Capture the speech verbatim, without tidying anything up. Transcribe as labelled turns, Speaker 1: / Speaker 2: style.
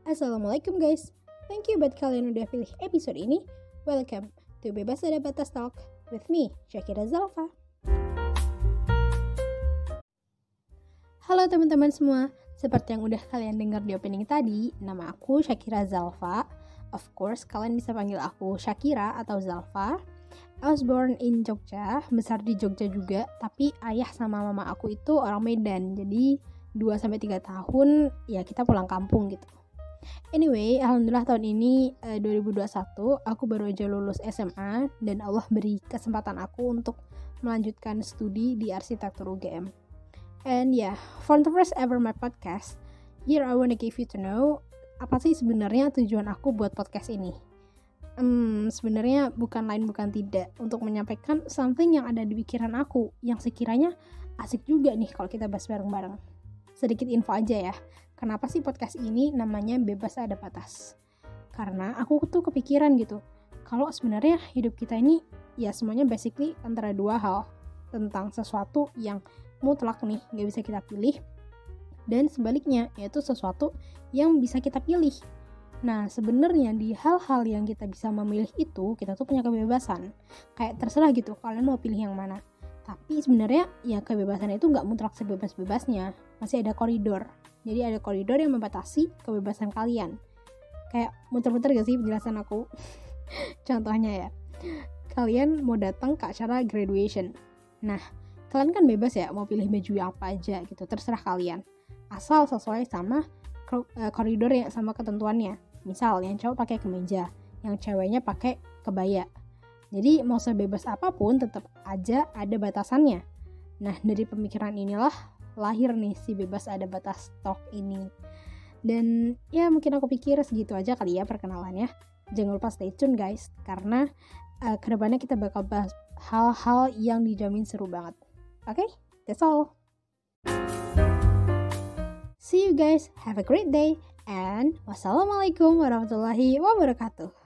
Speaker 1: Assalamualaikum guys. Thank you buat kalian udah pilih episode ini. Welcome to Bebas Ada Batas Talk with me, Syakira Zalfa. Halo teman-teman semua. Seperti yang udah kalian dengar di opening tadi, nama aku Syakira Zalfa. Of course, kalian bisa panggil aku Syakira atau Zalfa. I was born in Jogja, besar di Jogja juga, tapi ayah sama mama aku itu orang Medan. Jadi dua sampai tiga tahun ya kita pulang kampung gitu. Anyway, alhamdulillah tahun ini eh, dua ribu dua puluh satu aku baru aja lulus S M A dan Allah beri kesempatan aku untuk melanjutkan studi di arsitektur U G M. And yeah, for the first ever my podcast, here I wanna give you to know apa sih sebenarnya tujuan aku buat podcast ini. Hmm, sebenarnya bukan lain bukan tidak untuk menyampaikan something yang ada di pikiran aku yang sekiranya asik juga nih kalau kita bahas bareng-bareng. Sedikit info aja ya, kenapa sih podcast ini namanya Bebas Ada Batas? Karena aku tuh kepikiran gitu, kalau sebenarnya hidup kita ini ya semuanya basically antara dua hal, tentang sesuatu yang mutlak nih, gak bisa kita pilih, dan sebaliknya, yaitu sesuatu yang bisa kita pilih. Nah, sebenarnya di hal-hal yang kita bisa memilih itu, kita tuh punya kebebasan. Kayak terserah gitu, kalian mau pilih yang mana. Tapi sebenarnya ya kebebasan itu gak mutlak sebebas-bebasnya. Masih ada koridor. Jadi ada koridor yang membatasi kebebasan kalian. Kayak muter-muter gak sih penjelasan aku? Contohnya ya, kalian mau datang ke acara graduation. Nah, kalian kan bebas ya mau pilih baju apa aja gitu, terserah kalian. Asal sesuai sama koridor yang sama ketentuannya. Misal yang cowok pakai kemeja, yang ceweknya pakai kebaya. Jadi mau sebebas apapun tetap aja ada batasannya. Nah, dari pemikiran inilah lahir nih si Bebas Ada Batas Talk ini. Dan ya mungkin aku pikir segitu aja kali ya perkenalannya. Jangan lupa stay tune guys, karena uh, kedepannya kita bakal bahas hal-hal yang dijamin seru banget. Oke, okay? That's all. See you guys, have a great day, and wassalamualaikum warahmatullahi wabarakatuh.